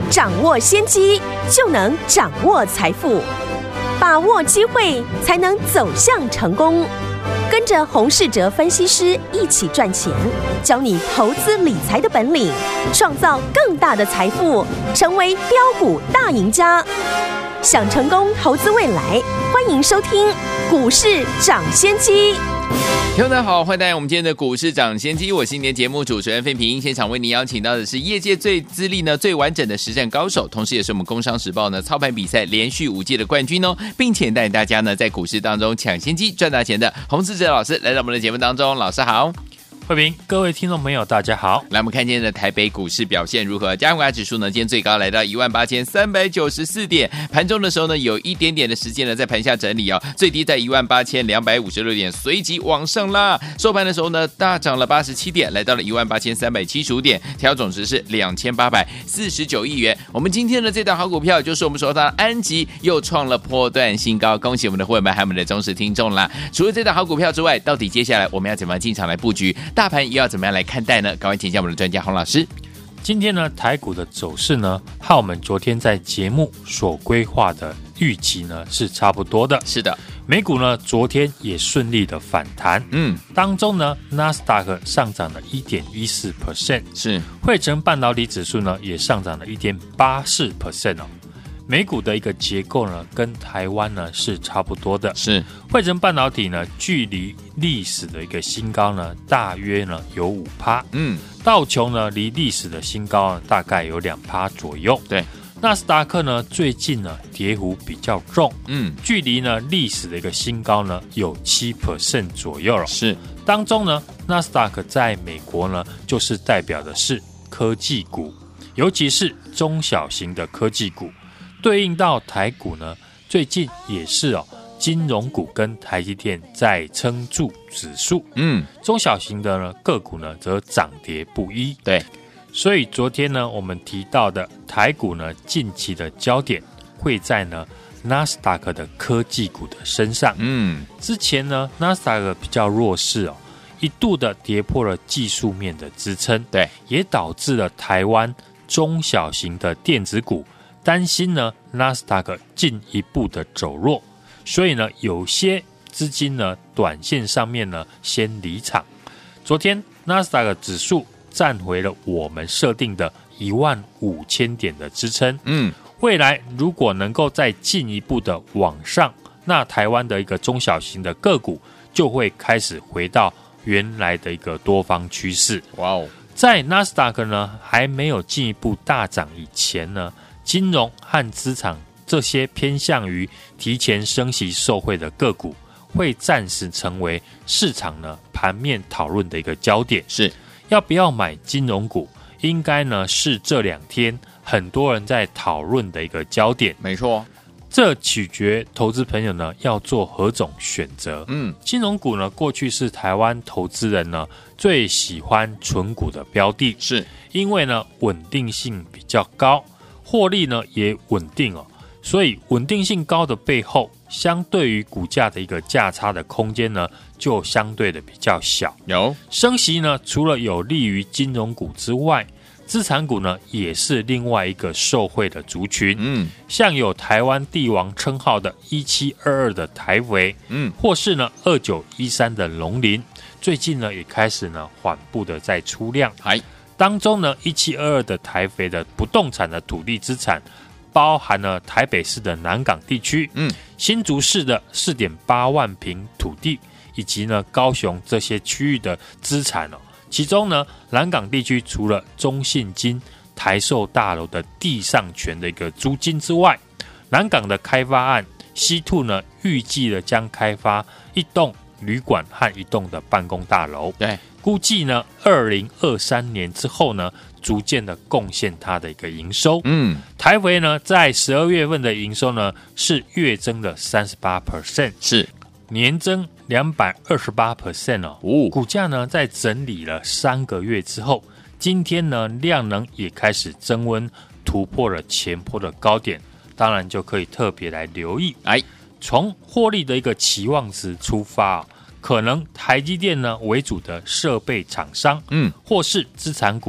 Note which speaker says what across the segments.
Speaker 1: 掌握先机，就能掌握财富。把握机会，才能走向成功。跟着洪士哲分析师一起赚钱，教你投资理财的本领，创造更大的财富，成为标股大赢家。想成功投资未来，欢迎收听股市涨先机。
Speaker 2: 听众大家好，欢迎来到我们今天的股市涨先机，我是今天节目主持人费平。现场为您邀请到的是业界最资历最完整的实战高手，同时也是我们工商时报操盘比赛连续5届的冠军哦，并且带领大家在股市当中抢先机赚大钱的洪士哲老师来到我们的节目当中。老师好。
Speaker 3: 慧平，各位听众朋友大家好。
Speaker 2: 来，我们看今天的台北股市表现如何？加权指数呢，今天最高来到18394点，盘中的时候呢，有一点点的时间呢在盘下整理哦，最低在18256点，随即往上拉，收盘的时候呢大涨了87点，来到了18375点，调总值是2849亿元。我们今天的这档好股票就是我们手上的安吉，又创了波段新高，恭喜我们的会员们还有我们的忠实听众啦。除了这档好股票之外，到底接下来我们要怎么样进场来布局？大盘又要怎么样来看待呢？赶快请教我们的专家洪老师。
Speaker 3: 今天呢，台股的走势呢，和我们昨天在节目所规划的预期呢是差不多的。
Speaker 2: 是的，
Speaker 3: 美股呢昨天也顺利的反弹，当中呢纳斯达克上涨了 1.14%，
Speaker 2: 是
Speaker 3: 汇成半导体指数呢也上涨了 1.84% 哦。美股的一个结构呢，跟台湾呢是差不多的。
Speaker 2: 是
Speaker 3: 汇成半导体呢，距离历史的一个新高呢，大约呢有 5%。道琼呢，离历史的新高呢，大概有 2% 左右。
Speaker 2: 对，
Speaker 3: 纳斯达克呢，最近呢跌幅比较重。距离呢历史的一个新高呢，有 7% 左右了。是，当中呢，纳斯达克在美国呢，就是代表的是科技股，尤其是中小型的科技股。对应到台股呢，最近也是金融股跟台积电在撑住指数，中小型的呢个股呢则涨跌不一。
Speaker 2: 对，
Speaker 3: 所以昨天呢我们提到的台股呢近期的焦点会在呢纳斯达克的科技股的身上。之前呢纳斯达克比较弱势一度的跌破了技术面的支撑，对，也导致了台湾中小型的电子股担心呢纳斯达克进一步的走弱，所以呢有些资金呢短线上面呢先离场。昨天纳斯达克指数站回了我们设定的15000点的支撑。未来如果能够再进一步的往上，那台湾的一个中小型的个股就会开始回到原来的一个多方趋势。哇哦！在纳斯达克呢还没有进一步大涨以前呢，金融和资产这些偏向于提前升息受惠的个股，会暂时成为市场呢盘面讨论的一个焦点。是要不要买金融股，应该呢是这2天很多人在讨论的一个焦点。没错，这取决投资朋友呢要做何种选择。金融股呢过去是台湾投资人呢最喜欢存股的标的，是因为呢稳定性比较高，获利呢也稳定所以稳定性高的背后，相对于股价的一个价差的空间呢就相对的比较小。有升息呢，除了有利于金融股之外，资产股呢也是另外一个受惠的族群。像有台湾帝王称号的1722的台微，或是呢2913的龙林，最近呢也开始呢缓步的在出量。当中呢1722的台肥的不动产的土地资产，包含了台北市的南港地区，新竹市的4.8万坪土地，以及呢高雄这些区域的资产其中呢南港地区除了中信金、台塑大楼的地上权的一个租金之外，南港的开发案C2呢预计了将开发1栋旅馆和1栋的办公大楼。对，估计呢2023年之后呢逐渐的贡献它的一个营收。台微呢在12月份的营收呢是月增了 38%， 是年增228% 股价呢在整理了3个月之后，今天呢量能也开始增温，突破了前波的高点，当然就可以特别来留意。从获利的一个期望值出发可能台积电呢为主的设备厂商，或是资产股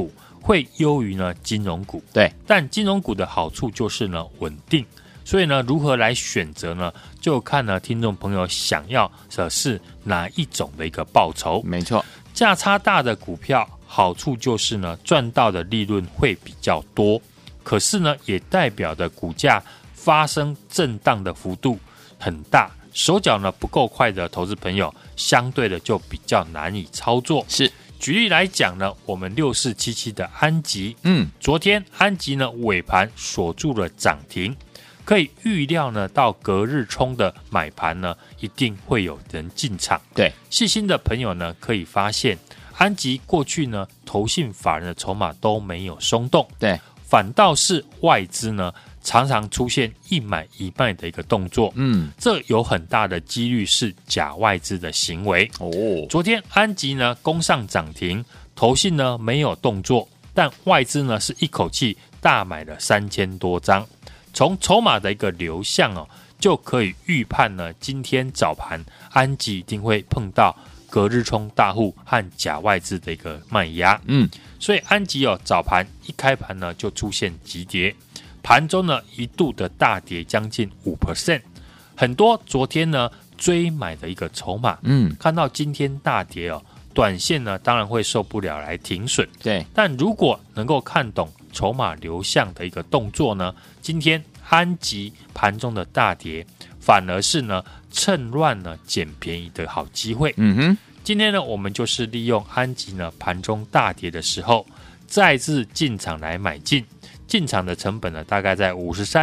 Speaker 3: 会优于呢金融股。
Speaker 2: 对，
Speaker 3: 但金融股的好处就是呢稳定，所以呢如何来选择呢，就看呢听众朋友想要的是哪一种的一个报酬。
Speaker 2: 没错，
Speaker 3: 价差大的股票好处就是呢赚到的利润会比较多，可是呢也代表的股价发生震荡的幅度很大，手脚呢不够快的投资朋友相对的就比较难以操作。
Speaker 2: 是，
Speaker 3: 举例来讲呢，我们6477的安集，昨天安集呢尾盘锁住了涨停，可以预料呢到隔日冲的买盘呢一定会有人进场。
Speaker 2: 对，
Speaker 3: 细心的朋友呢可以发现，安集过去呢投信法人的筹码都没有松动，
Speaker 2: 对，
Speaker 3: 反倒是外资呢常常出现一买一卖的一个动作，这有很大的几率是假外资的行为。昨天安集呢攻上涨停，投信呢没有动作，但外资呢是一口气大买了3000多张。从筹码的一个流向就可以预判呢，今天早盘安集一定会碰到隔日冲大户和假外资的一个卖压。所以安集早盘一开盘呢就出现急跌。盘中呢一度的大跌将近 5%， 很多昨天呢追买的一个筹码，看到今天大跌短线呢当然会受不了来停损。
Speaker 2: 对，
Speaker 3: 但如果能够看懂筹码流向的一个动作呢，今天安集盘中的大跌反而是呢趁乱呢捡便宜的好机会。今天呢我们就是利用安集呢盘中大跌的时候，再次进场来买进。进场的成本呢，大概在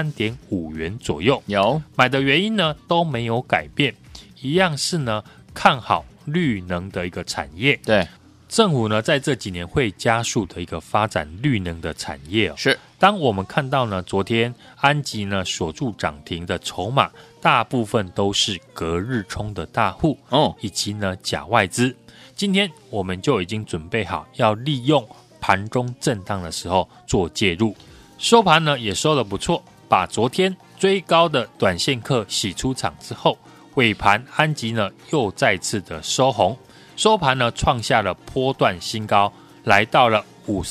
Speaker 3: 53.5元左右。
Speaker 2: 有
Speaker 3: 买的原因呢都没有改变，一样是呢看好绿能的一个产业。
Speaker 2: 对，
Speaker 3: 政府呢在这几年会加速的一个发展绿能的产业
Speaker 2: 是。
Speaker 3: 当我们看到呢昨天安集呢锁住涨停的筹码，大部分都是隔日冲的大户以及呢假外资。今天我们就已经准备好要利用盘中震荡的时候做介入。收盘呢也收得不错，把昨天追高的短线客洗出场之后，尾盘安集呢又再次的收红，收盘呢创下了波段新高，来到了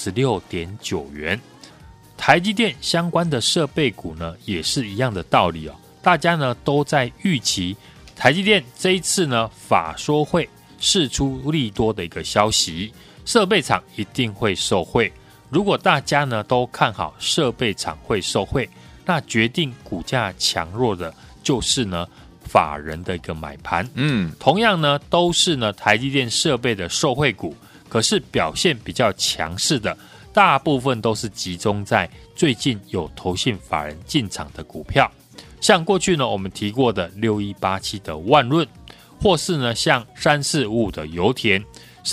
Speaker 3: 56.9 元。台积电相关的设备股呢也是一样的道理大家呢都在预期台积电这一次呢法说会释出利多的一个消息，设备厂一定会受惠。如果大家呢都看好设备厂会受惠，那决定股价强弱的就是呢法人的一个买盘。同样呢都是呢台积电设备的受惠股，可是表现比较强势的大部分都是集中在最近有投信法人进场的股票，像过去呢我们提过的6187的万润，或是呢像3455的油田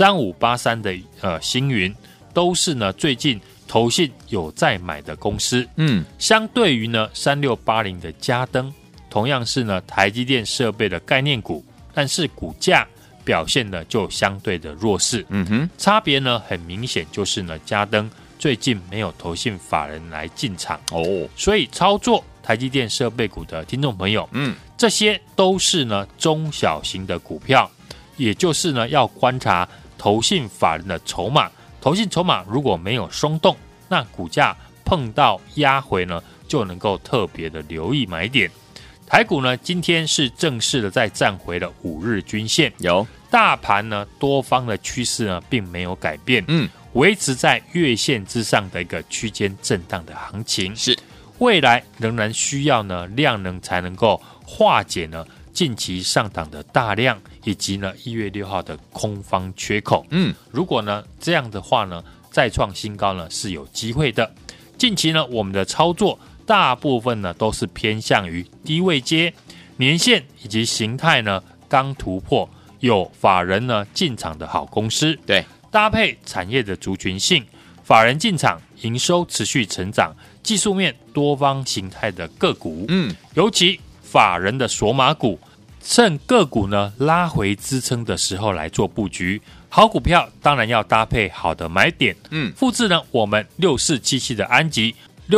Speaker 3: ，3583的星云，都是呢最近投信有在买的公司。相对于呢3680的嘉登，同样是呢台积电设备的概念股，但是股价表现呢就相对的弱势。差别呢很明显，就是呢嘉登最近没有投信法人来进场所以操作台积电设备股的听众朋友，这些都是呢中小型的股票，也就是呢要观察投信法人的筹码，投信筹码如果没有松动，那股价碰到压回呢就能够特别的留意买点。台股呢今天是正式的再站回了5日均线，
Speaker 2: 有
Speaker 3: 大盘呢多方的趋势呢并没有改变，维持在月线之上的一个区间震荡的行情。
Speaker 2: 是，
Speaker 3: 未来仍然需要呢量能才能够化解呢近期上档的大量，以及呢1月6号的空方缺口。如果呢这样的话呢再创新高呢是有机会的。近期呢我们的操作大部分呢都是偏向于低位接，年线以及形态呢刚突破，有法人呢进场的好公司。
Speaker 2: 对，
Speaker 3: 搭配产业的族群性，法人进场，营收持续成长，技术面多方形态的个股，尤其法人的锁码股，趁个股呢拉回支撑的时候来做布局。好股票当然要搭配好的买点，复制呢我们6477的安集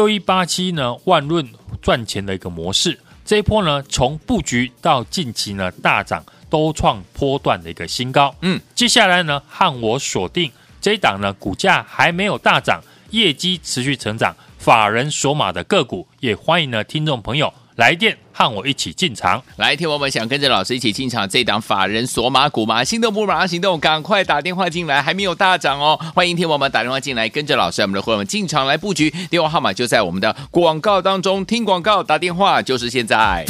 Speaker 3: ，6187呢万润赚钱的一个模式。这一波呢从布局到近期呢大涨，都创波段的一个新高。接下来呢和我锁定这一档呢股价还没有大涨， 业绩持续成长、法人锁码的个股，也欢迎呢听众朋友来电和我一起进场。
Speaker 2: 来，听我们想跟着老师一起进场这档法人锁码股吗？心动不马上行动，赶快打电话进来，还没有大涨哦！欢迎听我们打电话进来，跟着老师我们的会员进场来布局，电话号码就在我们的广告当中，听广告打电话就是现在。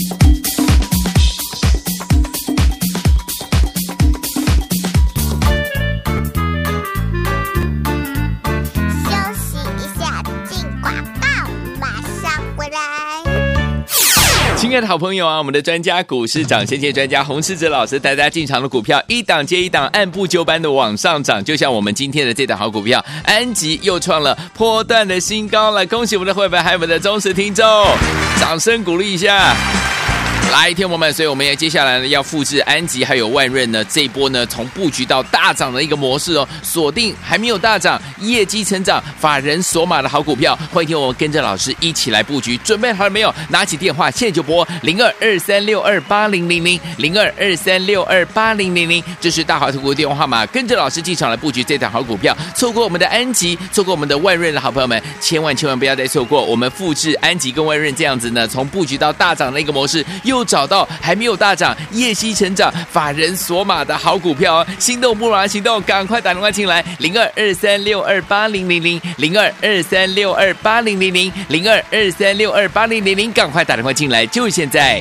Speaker 2: 亲爱的好朋友啊，我们的专家股市涨先见专家洪士哲老师带大家进场的股票一档接一档按部就班的往上涨，就像我们今天的这档好股票安吉又创了波段的新高了，恭喜我们的会员还有我们的忠实听众，掌声鼓励一下。来，听我们，所以我们也接下来呢要复制安吉还有万润呢这一波呢从布局到大涨的一个模式哦，锁定还没有大涨、业绩成长、法人锁码的好股票，欢迎听我们跟着老师一起来布局，准备好了没有？拿起电话现在就拨0223628000 0223628000，这是大华投顾的电话号码，跟着老师进场来布局这档好股票，错过我们的安吉，错过我们的万润的好朋友们，千万不要再错过我们复制安吉跟万润这样子呢，从布局到大涨的一个模式，又找到还没有大涨、业绩成长、法人锁码的好股票哦！心动不如行动，赶快打电话进来，0223628000 0223628000 0223628000，赶快打电话进来，就是现在。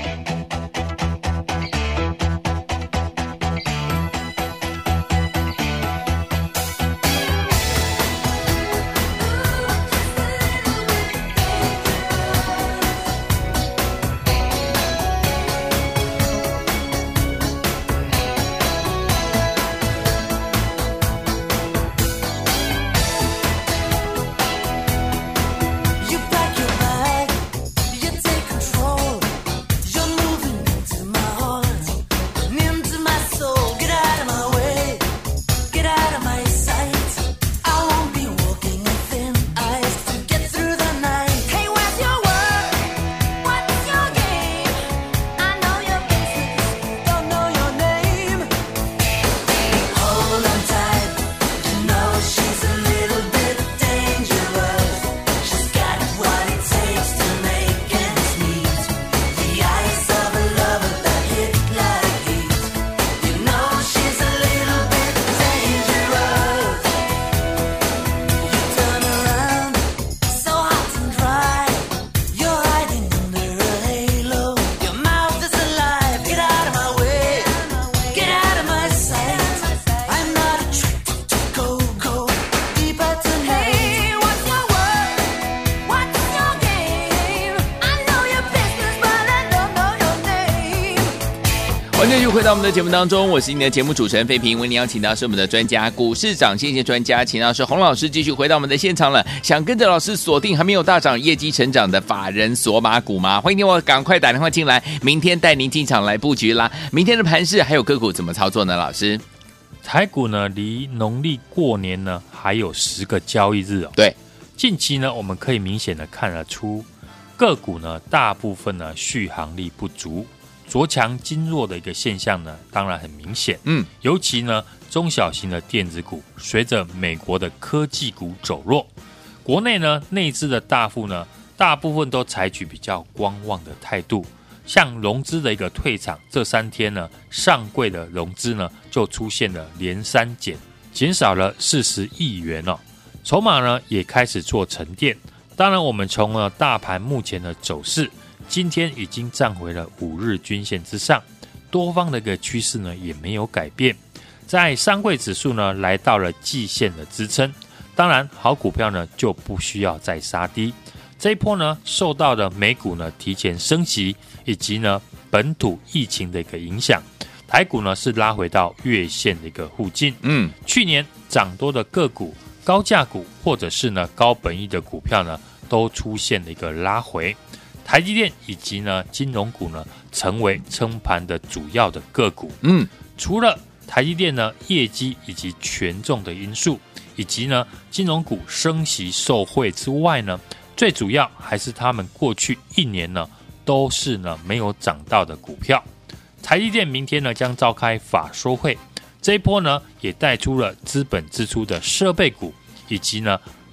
Speaker 2: 欢迎继续回到我们的节目当中，我是你的节目主持人费平，为您邀请到是我们的专家股市涨先见专家，请到是洪老师继续回到我们的现场了。想跟着老师锁定还没有大涨、业绩成长的法人锁码股吗？欢迎你我赶快打电话进来，明天带您进场来布局啦。明天的盘势还有个股怎么操作呢？老师，
Speaker 3: 台股呢离农历过年呢还有10个交易日哦。
Speaker 2: 对，
Speaker 3: 近期呢我们可以明显的看得出个股呢大部分呢续航力不足。着强经弱的一个现象呢，当然很明显。尤其呢，中小型的电子股随着美国的科技股走弱，国内呢内资的大户呢，大部分都采取比较观望的态度。像融资的一个退场，这3天呢，上柜的融资呢就出现了连3减少了40亿元哦。筹码呢也开始做沉淀。当然，我们从大盘目前的走势。今天已经站回了5日均线之上，多方的一个趋势呢也没有改变，在上柜指数呢来到了季线的支撑，当然好股票呢就不需要再杀低。这一波呢受到了美股呢提前升息以及呢本土疫情的一个影响，台股呢是拉回到月线的一个附近。去年涨多的个股、高价股或者是呢高本益的股票呢都出现了一个拉回。台积电以及呢金融股呢成为撑盘的主要的个股。除了台积电呢业绩以及权重的因素，以及呢金融股升息受惠之外呢，最主要还是他们过去1年呢都是呢没有涨到的股票。台积电明天呢将召开法说会，这一波呢也带出了资本支出的设备股以及呢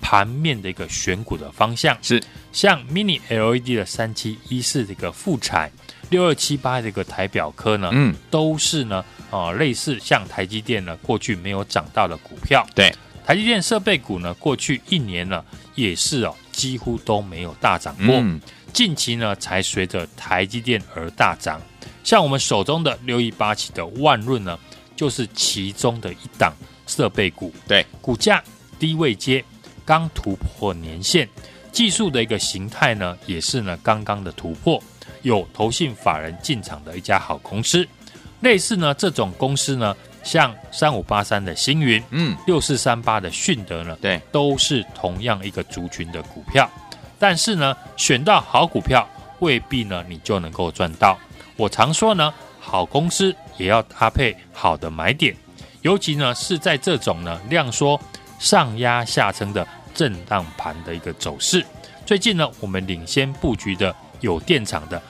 Speaker 3: 盘面的一个选股的方向，
Speaker 2: 是
Speaker 3: 像 Mini LED 的3714这个富彩，6278这个台表科呢，都是呢类似像台积电呢过去没有涨到的股票。
Speaker 2: 对，
Speaker 3: 台积电设备股呢过去1年呢也是几乎都没有大涨过，近期呢才随着台积电而大涨。像我们手中的6187的万润呢，就是其中的一档设备股，
Speaker 2: 对，
Speaker 3: 股价低位接，刚突破年线，技术的一个形态呢，也是呢刚刚的突破，有投信法人进场的一家好公司。类似呢这种公司呢，像3583的星云，6438的迅德呢，
Speaker 2: 对，
Speaker 3: 都是同样一个族群的股票。但是呢，选到好股票未必呢你就能够赚到。我常说呢，好公司也要搭配好的买点，尤其呢是在这种呢量缩上压下撑的震荡盘的一个走势。最近呢，我们领先布局的有电厂的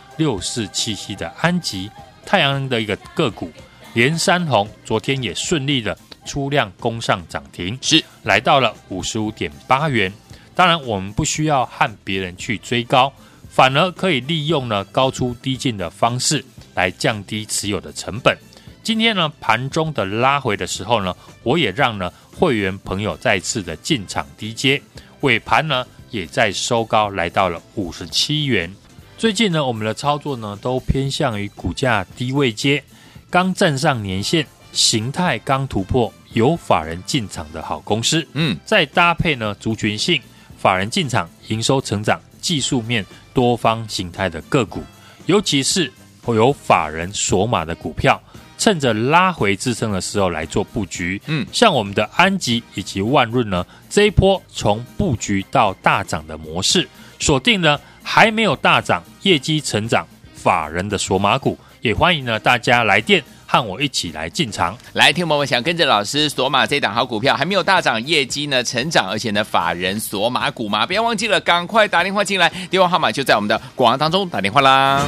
Speaker 3: 6477的安吉，太阳能的一个个股连三红，昨天也顺利的出量攻上涨停，
Speaker 2: 是来
Speaker 3: 到了 55.8 元。当然我们不需要和别人去追高，反而可以利用呢高出低进的方式来降低持有的成本。今天呢盘中的拉回的时候呢，我也让呢会员朋友再次的进场低接，尾盘呢也在收高来到了57元。最近呢我们的操作呢都偏向于股价低位接，刚站上年线，形态刚突破，有法人进场的好公司，再搭配呢族群性法人进场，营收成长，技术面多方形态的个股，尤其是有法人锁码的股票，趁着拉回支撑的时候来做布局。像我们的安吉以及万润呢，这一波从布局到大涨的模式，锁定呢还没有大涨，业绩成长，法人的锁码股，也欢迎呢大家来电和我一起来进场。
Speaker 2: 来，听众朋友们想跟着老师锁码这档好股票，还没有大涨，业绩呢成长，而且呢法人锁码股嘛，不要忘记了，赶快打电话进来，电话号码就在我们的广告当中，打电话啦。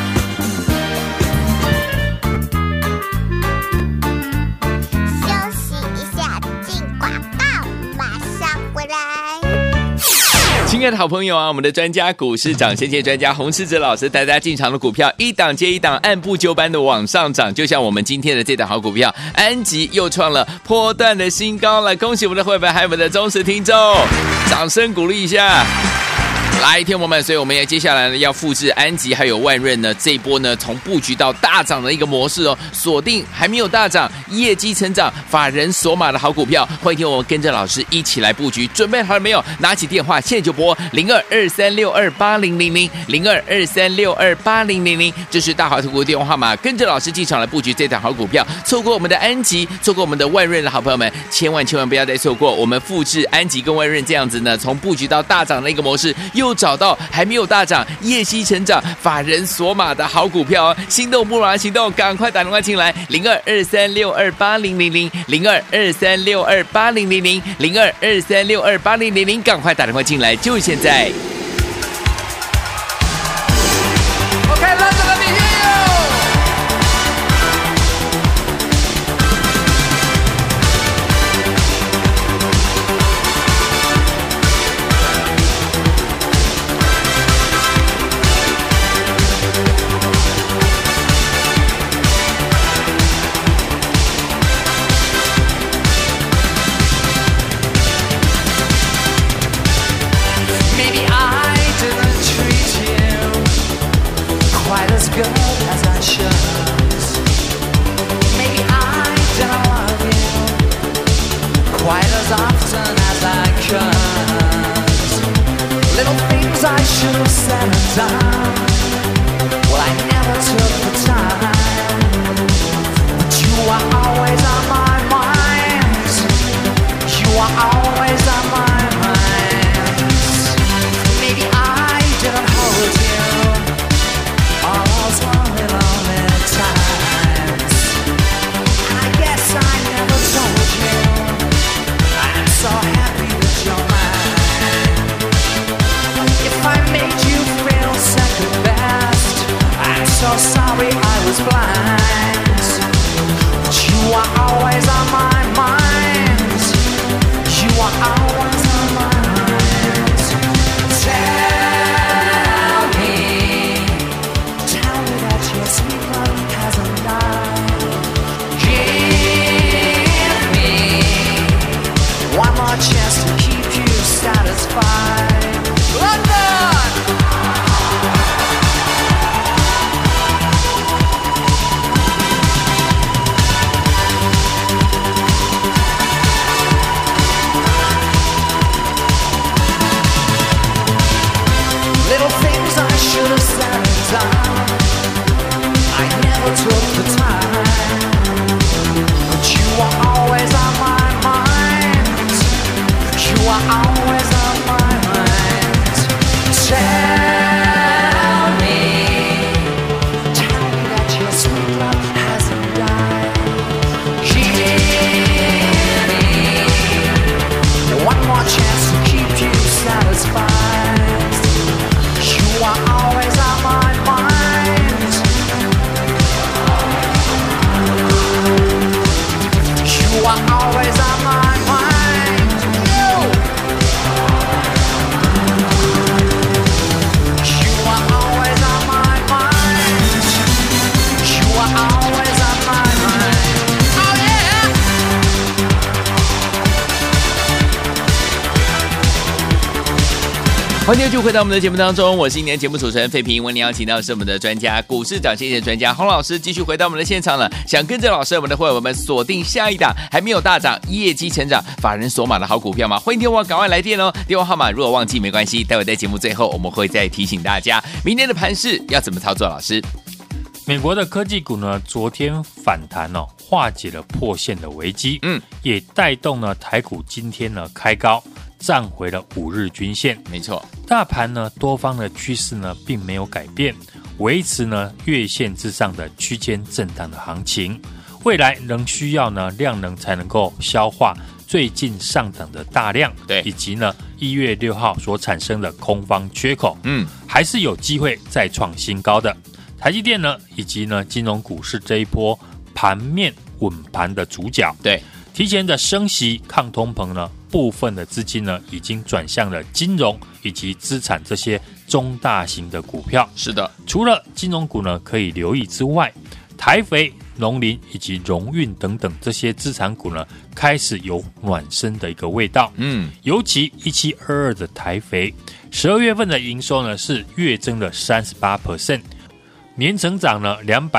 Speaker 2: 亲爱的好朋友啊，我们的专家股市涨先见专家洪士哲老师带大家进场的股票一档接一档按部就班的往上涨，就像我们今天的这档好股票安吉又创了波段的新高了，恭喜我们的会员还有我们的忠实听众，掌声鼓励一下。来，听众朋友们，所以我们也接下来呢要复制安吉还有万润呢这一波呢从布局到大涨的一个模式哦，锁定还没有大涨，业绩成长，法人锁码的好股票，欢迎听我们跟着老师一起来布局，准备好了没有？拿起电话现在就拨0223628000，0223628000，这是大华投顾电话号码，跟着老师进场来布局这档好股票，错过我们的安吉，错过我们的万润的好朋友们，千万不要再错过我们复制安吉跟万润这样子呢，从布局到大涨的一个模式，又找到还没有大涨，业绩成长，法人锁码的好股票哦！心动不如行动，赶快打电话进来，0223628000，0223628000，0223628000，赶快打电话进来，就现在。OK， 来这个礼
Speaker 4: Little things I should have said and done, I never took the time. But you are always on my mind. You are always on my mind. Tell me that your sweet love hasn't died. Give me one more chance to keep you satisfied. You are always on my mind. You are always on my mind. You are always on my mind. You are always on my mind. Oh yeah.
Speaker 2: 欢迎继续回到我们的节目当中，我是今年节目主持人费平。为您邀请到的是我们的专家股市涨跌线专家洪老师，继续回到我们的现场了。想跟着老师我们的会员们锁定下一档还没有大涨、业绩成长、法人锁码的好股票吗？欢迎电话赶快来电哦！电话号码如果忘记没关系，待会在节目最后我们会再提醒大家，明天的盘势要怎么操作。老师，
Speaker 3: 美国的科技股呢，昨天反弹哦，化解了破线的危机，也带动呢台股今天呢开高，站回了5日均线。
Speaker 2: 没错，
Speaker 3: 大盘呢多方的趋势呢并没有改变，维持呢月线之上的区间震荡的行情。未来仍需要呢量能才能够消化最近上涨的大量，
Speaker 2: 对，
Speaker 3: 以及呢1月6号所产生的空方缺口，还是有机会再创新高的。台积电呢，以及呢金融股是这一波盘面稳盘的主角。
Speaker 2: 对，
Speaker 3: 提前的升息抗通膨呢，部分的资金呢已经转向了金融以及资产这些中大型的股票。
Speaker 2: 是的，除
Speaker 3: 了金融股呢可以留意之外，台肥、农林以及荣运等等这些资产股呢，开始有暖身的一个味道。尤其1722的台肥，12月份的营收呢是月增了38%，年成长呢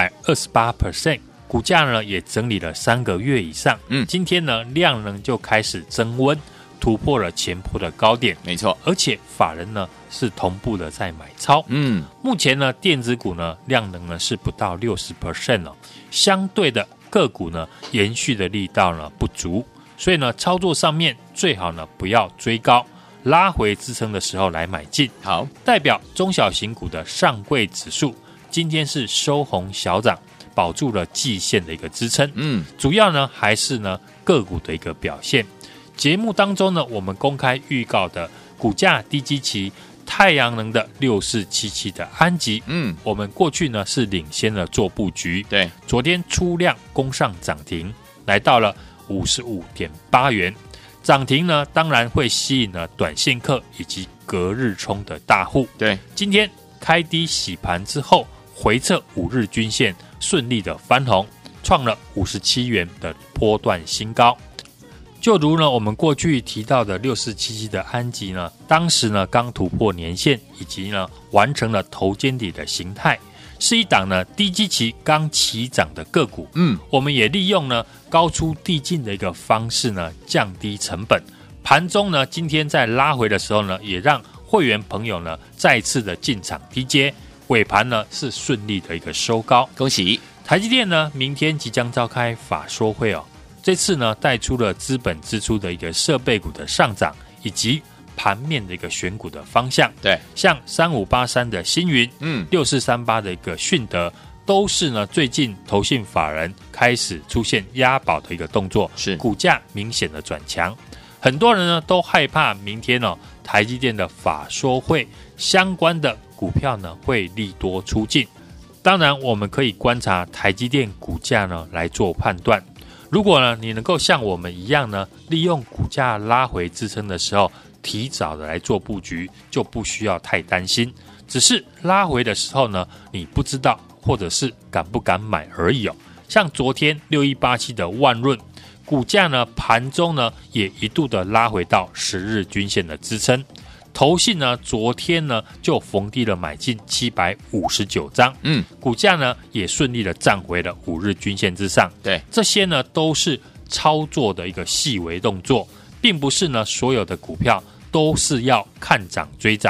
Speaker 3: 228%，股价呢也整理了3个月以上。今天呢量能就开始增温，突破了前波的高点。
Speaker 2: 没错，
Speaker 3: 而且法人呢是同步的在买超。目前呢电子股呢量能呢是不到60%哦，相对的个股呢延续的力道呢不足，所以呢操作上面最好呢不要追高，拉回支撑的时候来买进。
Speaker 2: 好，
Speaker 3: 代表中小型股的上柜指数今天是收红小涨，保住了季线的一个支撑。主要呢还是呢个股的一个表现。节目当中呢我们公开预告的股价低基期太阳能的6477的安集，我们过去呢是领先了做布局。
Speaker 2: 对，
Speaker 3: 昨天出量攻上涨停，来到了 55.8 元。涨停呢当然会吸引了短线客以及隔日冲的大户。
Speaker 2: 对，
Speaker 3: 今天开低洗盘之后回测5日均线，顺利的翻红，创了57元的波段新高。就如呢我们过去提到的6477的安集呢，当时呢刚突破年线，以及呢完成了头肩底的形态，是一档呢低基期刚起涨的个股。我们也利用呢高出递进的一个方式呢降低成本。盘中呢今天在拉回的时候呢，也让会员朋友呢再次的进场低接，尾盘呢是顺利的一个收高，
Speaker 2: 恭喜
Speaker 3: 台积电呢明天即将召开法说会哦。这次呢带出了资本支出的一个设备股的上涨，以及盘面的一个选股的方向。
Speaker 2: 对，
Speaker 3: 像3583的星云，6438的一个迅德，都是呢最近投信法人开始出现押宝的一个动作，
Speaker 2: 是
Speaker 3: 股价明显的转强。很多人呢都害怕明天台积电的法说会相关的股票呢会利多出尽。当然我们可以观察台积电股价呢来做判断。如果呢你能够像我们一样呢，利用股价拉回支撑的时候，提早的来做布局，就不需要太担心。只是拉回的时候呢，你不知道或者是敢不敢买而已哦。像昨天6187的万润，股价呢盘中呢也一度的拉回到10日均线的支撑。投信呢昨天呢就逢低了买进759张，股价呢也顺利的站回了5日均线之上。
Speaker 2: 对，
Speaker 3: 这些呢都是操作的一个细微动作，并不是呢所有的股票都是要看涨追涨，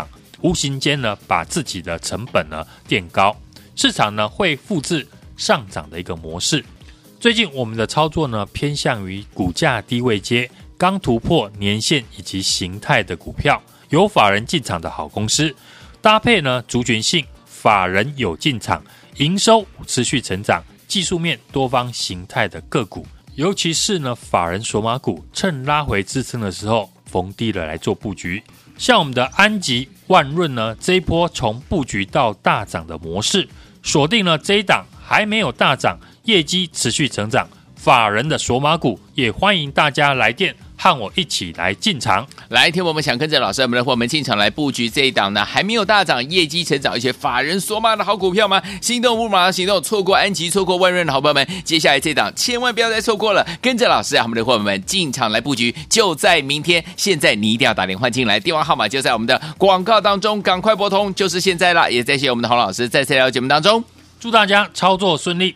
Speaker 3: 无形间呢把自己的成本呢垫高，市场呢会复制上涨的一个模式。最近我们的操作呢偏向于股价低位阶、刚突破年线以及形态的股票，有法人进场的好公司，搭配呢族群性，法人有进场，营收持续成长，技术面多方形态的个股，尤其是呢法人索马股趁拉回支撑的时候逢低的来做布局。像我们的安集、万润呢，这一波从布局到大涨的模式，锁定了这一档还没有大涨，业绩持续成长，法人的索马股，也欢迎大家来电和我一起来进场。
Speaker 2: 来，听我们想跟着老师们的伙伴们进场来布局这一档呢，还没有大涨、业绩成长而且法人索马的好股票吗？心动不马上行动，错过安集、错过万润的好朋友们，接下来这档千万不要再错过了，跟着老师我们的伙伴们进场来布局，就在明天。现在你一定要打电话进来，电话号码就在我们的广告当中，赶快拨通，就是现在啦！也谢谢我们的洪老师在这条节目当中，
Speaker 3: 祝大家操作顺利。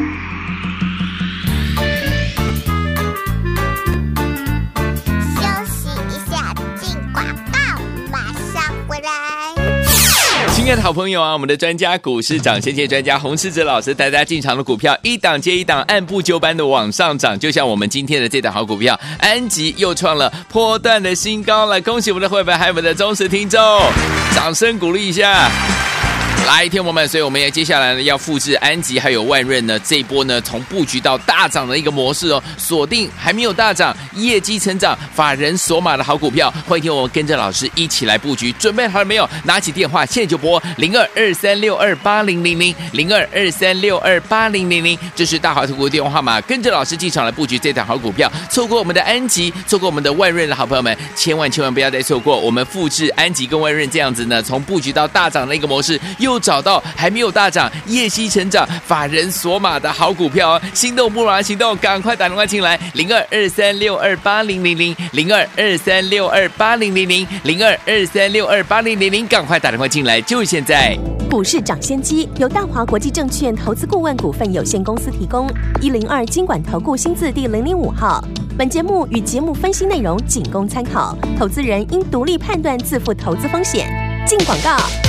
Speaker 2: 亲爱的好朋友啊，我们的专家股市涨先见专家洪士哲老师带大家进场的股票一档接一档按部就班的往上涨，就像我们今天的这档好股票安集又创了波段的新高了，恭喜我们的会员还有我们的忠实听众，掌声鼓励一下。来，听我们，所以我们也接下来呢要复制安集还有万润呢这一波呢从布局到大涨的一个模式哦，锁定还没有大涨、业绩成长、法人索马的好股票，欢迎听我们跟着老师一起来布局。准备好了没有？拿起电话现在就拨0223628000 0223628000，这是大华投顾电话号码，跟着老师进场来布局这档好股票。错过我们的安集，错过我们的万润的好朋友们，千万不要再错过。我们复制安集跟万润这样子呢，从布局到大涨的一个模式，又找到还没有大涨、业绩成长、法人索马的好股票哦！心动不马上行动，赶快打电话进来，0223628000 0223628000 0223628000，赶快打电话进来，就是现在！
Speaker 1: 股市涨先机由大华国际证券投资顾问股份有限公司提供，102金管投顾新字第005号。本节目与节目分析内容仅供参考，投资人应独立判断，自负投资风险。进广告。